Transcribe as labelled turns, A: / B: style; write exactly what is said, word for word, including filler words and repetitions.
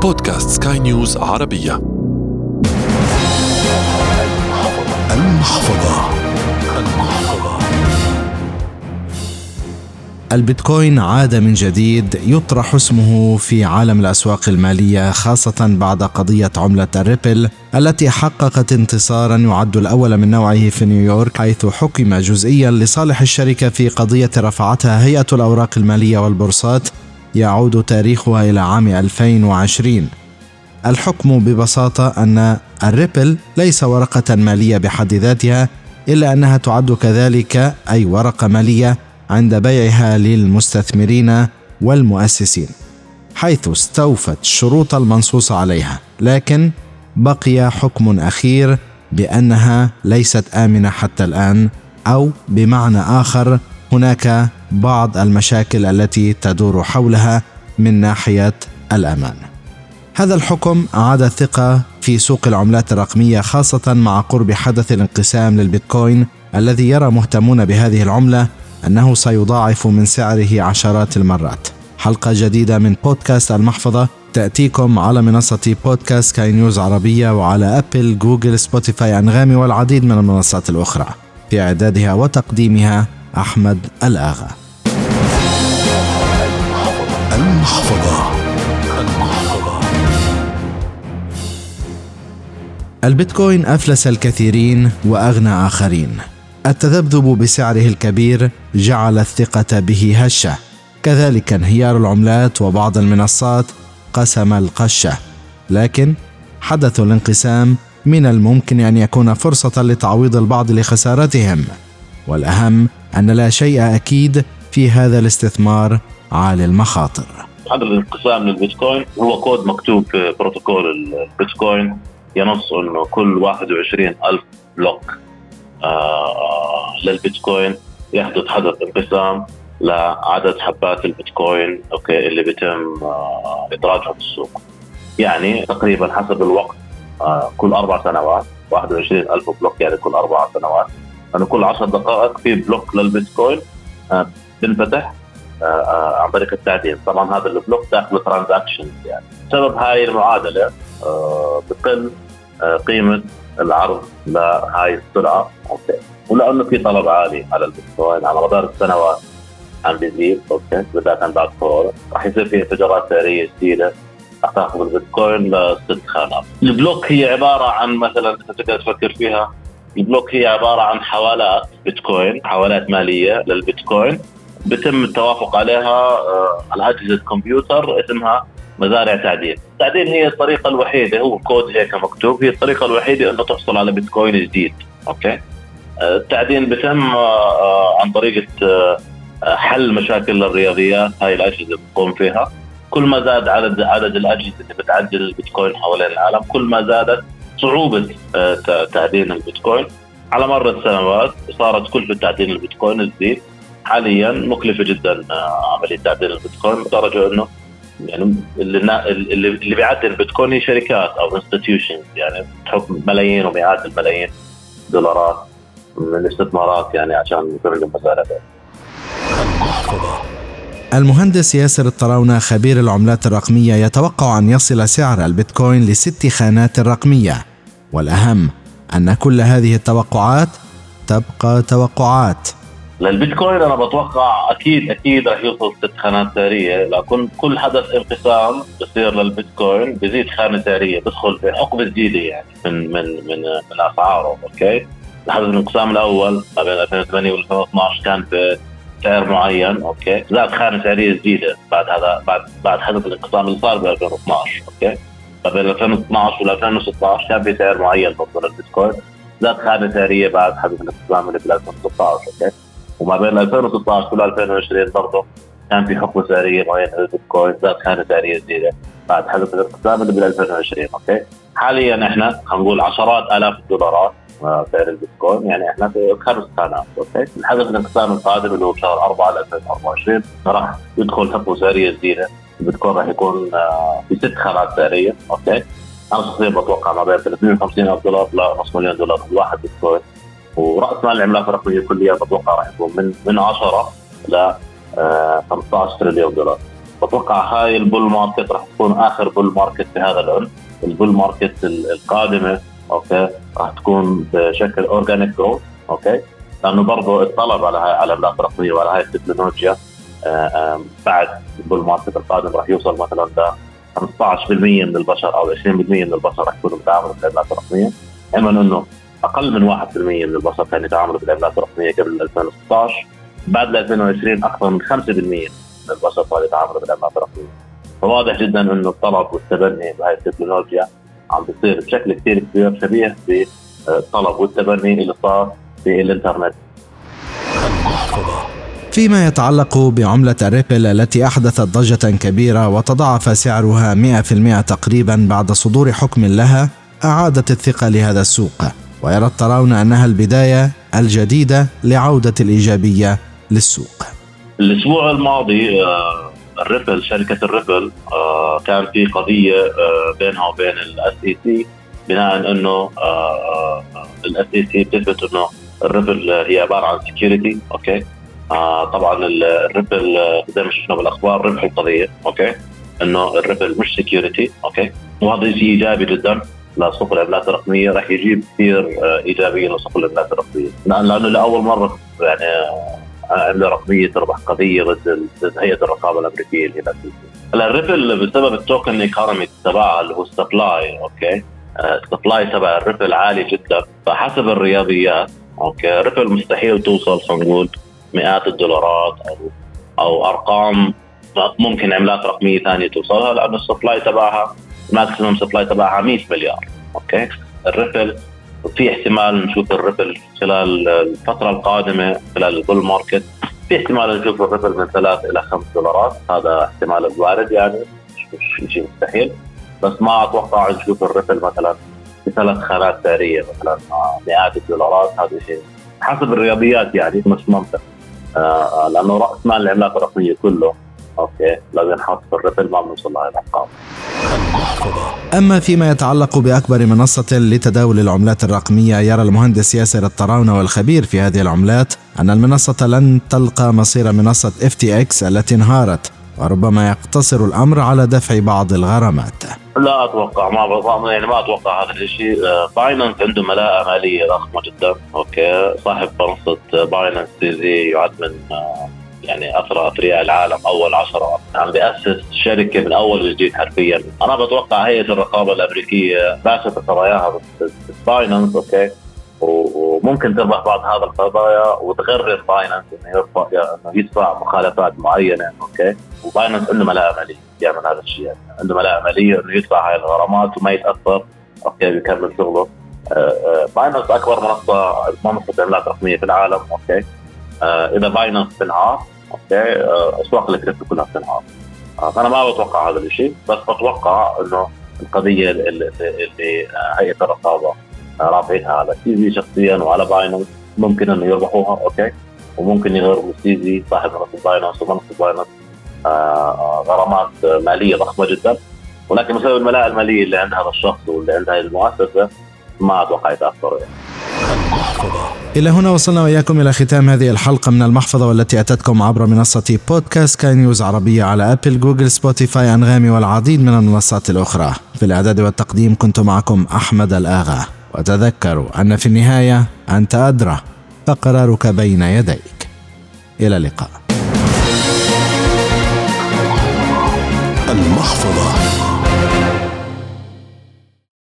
A: بودكاست سكاي نيوز عربية. المحفظة. المحفظة. البيتكوين عاد من جديد يطرح اسمه في عالم الأسواق المالية، خاصة بعد قضية عملة الريبل التي حققت انتصارا يعد الأول من نوعه في نيويورك، حيث حكم جزئيا لصالح الشركة في قضية رفعتها هيئة الأوراق المالية والبورصات يعود تاريخها إلى عام ألفين وعشرين. الحكم ببساطة أن الريبل ليس ورقة مالية بحد ذاتها، إلا أنها تعد كذلك أي ورقة مالية عند بيعها للمستثمرين والمؤسسين، حيث استوفت الشروط المنصوص عليها، لكن بقي حكم أخير بأنها ليست آمنة حتى الآن، أو بمعنى آخر هناك بعض المشاكل التي تدور حولها من ناحية الأمان. هذا الحكم أعاد الثقة في سوق العملات الرقمية، خاصة مع قرب حدث الانقسام للبيتكوين الذي يرى مهتمون بهذه العملة أنه سيضاعف من سعره عشرات المرات. حلقة جديدة من بودكاست المحفظة تأتيكم على منصة بودكاست سكاي نيوز عربية، وعلى أبل، جوجل، سبوتيفاي، أنغامي والعديد من المنصات الأخرى. في إعدادها وتقديمها أحمد الآغا. المحفظة. المحفظة. البيتكوين أفلس الكثيرين وأغنى آخرين. التذبذب بسعره الكبير جعل الثقة به هشة، كذلك انهيار العملات وبعض المنصات قسم القشة. لكن حدث الانقسام من الممكن أن يكون فرصة لتعويض البعض لخسارتهم، والأهم أن لا شيء أكيد في هذا الاستثمار عالي المخاطر.
B: هذا الانقسام للبيتكوين هو كود مكتوب في بروتوكول البيتكوين ينص أنه كل واحد وعشرين ألف بلوك آه للبيتكوين يحدث حدث انقسام لعدد حبات البيتكوين أوكي اللي بيتم آه إدراجها في السوق. يعني تقريبا حسب الوقت آه كل أربع سنوات واحد وعشرين ألف بلوك، يعني كل أربع سنوات أنه كل عشر دقائق في بلوك للبيتكوين آه بنفتح آه آه عن طريق التعدين. طبعا هذا البلوك داخل ترانزاكشن، يعني سبب هاي المعادلة آه بقل آه قيمة العرض لهاي السرعة أوكي، ولأنه في طلب عالي على البيتكوين على مدار السنوات عم بيزيد أوكي، بداية بعد كورونا راح يصير في انفجارات سعرية جديدة راح تاخذ البيتكوين لست خانات. البلوك هي عبارة عن، مثلا أنت تقدر تفكر فيها، البلوك هي عبارة عن حوالات بيتكوين، حوالات مالية للبيتكوين بيتم التوافق عليها على أجهزة كمبيوتر اسمها مزارع تعدين. التعدين هي الطريقة الوحيدة، هو كود هيك مكتوب، هي الطريقة الوحيدة أنه تحصل على بيتكوين جديد أوكي. التعدين بيتم عن طريقة حل مشاكل الرياضيات هاي الأجهزة بتقوم فيها. كل ما زاد عدد عدد الأجهزة اللي بتعدل البيتكوين حوالين العالم، كل ما زادت صعوبة تعدين البيتكوين. على مر السنوات صارت كلفة تعدين البيتكوين تزيد. حاليا مكلفة جدا عملية تعدين البيتكوين لدرجة إنه يعني اللي اللي اللي بيعدل البيتكوين هي شركات أو institutions، يعني تحط ملايين ومئات الملايين دولارات من الاستثمارات يعني عشان يكون المزارع.
A: المهندس ياسر الطراونة خبير العملات الرقمية يتوقع أن يصل سعر البيتكوين لست خانات رقمية، والأهم أن كل هذه التوقعات تبقى توقعات.
B: للبيتكوين أنا بتوقع أكيد أكيد رح يوصل ست خانات سعرية، لكن كل حدث انقسام بصير للبيتكوين بزيد خانة سعرية، بدخل في حقبة جديدة يعني من من من من أسعاره أوكي. الحدث الانقسام الأول ما بين ألفين وثمانية وألفين واثناشر كان في سعر معين أوكي، زاد خانة سعرية جديدة بعد هذا بعد بعد حدث الانقسام اللي صار ب ألفين واثناشر أوكي. ما بين ألفين واثناشر و ألفين وستة عشر كان في سعر معين برضه للبيتكوين، زاد خانة سعرية بعد حدث الانقسام اللي في ألفين وستة عشر أوكي. وما بين ألفين وستة عشر و ألفين وعشرين برضه كان في حقبة سعرية معينة للبيتكوين، زاد خانة سعرية جديدة بعد حدث الانقسام اللي ب ألفين وعشرين أوكي. حاليا احنا هنقول عشرات آلاف الدولارات سعر البيتكوين، يعني احنا في خمس خانات اوكي. الحدث الانقسام القادم اللي هو شهر أربعة ألفين وأربعة وعشرين راح يدخل حقبة سعرية جديدة، البيتكوين راح يكون في ست خانات سعرية اوكي. انا شخصيا بتوقع ما بين ثلاثمئة وخمسين ألف دولار لنص مليون دولار الواحد بيتكوين، ورأس مال العملات الرقمية كليا بتوقع راح يكون من من عشرة ل خمسة عشر تريليون دولار. بتوقع هاي البول ماركت راح تكون آخر بول ماركت في هذا العمر. البول ماركت القادمة أوكي راح تكون بشكل أورجانيك جروث أوكي، لأنه برضو الطلب على هاي على العملات الرقمية وعلى هاي التكنولوجيا بعد البول ماركت القادم راح يوصل مثلا ل خمسة عشر بالمئة من البشر أو عشرين بالمئة من البشر راح يكونوا بيتعاملوا بالعملات الرقمية، علما إنه أقل من واحد بالمئة من البشر كانوا يتعاملوا بالعملات الرقمية قبل ألفين وستة عشر. بعد ألفين وعشرين أكثر من خمسة بالمئة من البشر صاروا يتعاملوا بالعملات الرقمية. فواضح جدا إنه الطلب والتبني بهاي التكنولوجيا عم بيصير بشكل كثير كبير شبيه بالطلب والتبني اللي صار في الإنترنت.
A: فيما يتعلق بعملة الريبل التي أحدثت ضجة كبيرة وتضاعف سعرها مئة بالمئة تقريبا بعد صدور حكم لها، أعادت الثقة لهذا السوق، ويرى الطراونة أنها البداية الجديدة لعودة الإيجابية للسوق.
B: الأسبوع الماضي الريبل شركة الريبل كان في قضية بينها وبين الاس اي سي بناء انه الاس اي سي بتثبت انه الريبل هي عبارة عن سكيورتي اوكي. آه طبعا الريبل زي ما شفنا بالاخبار ربح القضيه اوكي انه الريبل مش سكيورتي اوكي، وهذا شيء ايجابي جدا لسوق العملات الرقميه، راح يجيب كثير آه ايجابيه لسوق العملات الرقميه، لانه لاول مره يعني عمله رقميه تربح قضيه ضد هيئه الرقابه الامريكيه اللي هي هلا الريبل بسبب التوكن ايكونومي تبعها اللي هو السبلاي اوكي. السبلاي تبع الريبل عالي جدا، فحسب الرياضيات اوكي الريبل مستحيل توصل خلينا نقول مئات الدولارات او او ارقام ممكن عملات رقميه ثانيه توصلها، لانه السبلاي تبعها ماكسيمم سبلاي تبعها مئة مليار اوكي. الريبل في احتمال نشوف الريبل خلال الفتره القادمه خلال البول ماركت، في احتمال نشوف الريبل من ثلاث الى خمس دولارات، هذا احتمال الوارد يعني مش شيء مستحيل، بس ما اتوقع نشوف الريبل مثلا في ثلاث خانات سعريه مثلا مئات الدولارات، هذا شيء حسب الرياضيات يعني مش منطق. آه لأنه رأس مال العملات الرقمية كله أوكي لازم نحط في الريبل ما بنوصل لها الأرقام.
A: أما فيما يتعلق بأكبر منصة لتداول العملات الرقمية، يرى المهندس ياسر الطراونة والخبير في هذه العملات أن المنصة لن تلقى مصير منصة إف تي إكس التي انهارت، وربما يقتصر الأمر على دفع بعض الغرامات.
B: لا أتوقع ما يعني ما أتوقع هذا الشيء. باينانس عنده ملاءة مالية ضخمة جدا أوكي، صاحب منصة باينانس سي زي يعد من يعني أثرى أثرياء العالم، أول عشرة، عم بيأسس شركة من أول وجديد حرفيا. أنا بتوقع هيئة الرقابة الأمريكية باشت قضاياها باينانس أوكي، وممكن تربح بعض هذا القضايا وتغرر باينانس انه يرفع انه يدفع مخالفات معينه اوكي. وباينانس عنده ملاءه ماليه يعمل هذا الشيء، يعني عنده ملاءه ماليه انه يدفع هاي الغرامات وما يتاثر اوكي بيكمل شغله. باينانس اكبر منصه منصه عملات رقميه في العالم اوكي. اذا باينانس بتنهار اوكي اسواق الكريبتو كلها بتنهار. انا ما بتوقع هذا الشيء، بس بتوقع انه القضيه اللي, اللي هيئه الرقابه رافعتها على سيزي شخصيا وعلى باينانس ممكن انه يربحوها اوكي، وممكن يغرموا سيزي صاحب منصه باينانس ومنصه باينانس غرامات ماليه ضخمه جدا، ولكن بسبب الملاءه الماليه اللي عند هذا الشخص واللي عند هذه المؤسسه ما اتوقع يتاثروا يعني.
A: إلى هنا وصلنا وإياكم إلى ختام هذه الحلقة من المحفظة، والتي أتتكم عبر منصة بودكاست سكاي نيوز عربية على أبل، جوجل، سبوتيفاي، أنغامي والعديد من المنصات الأخرى. في الإعداد والتقديم كنت معكم أحمد الآغا، وتذكروا أن في النهاية أنت أدرى، فقرارك بين يديك. إلى اللقاء. المحفظة.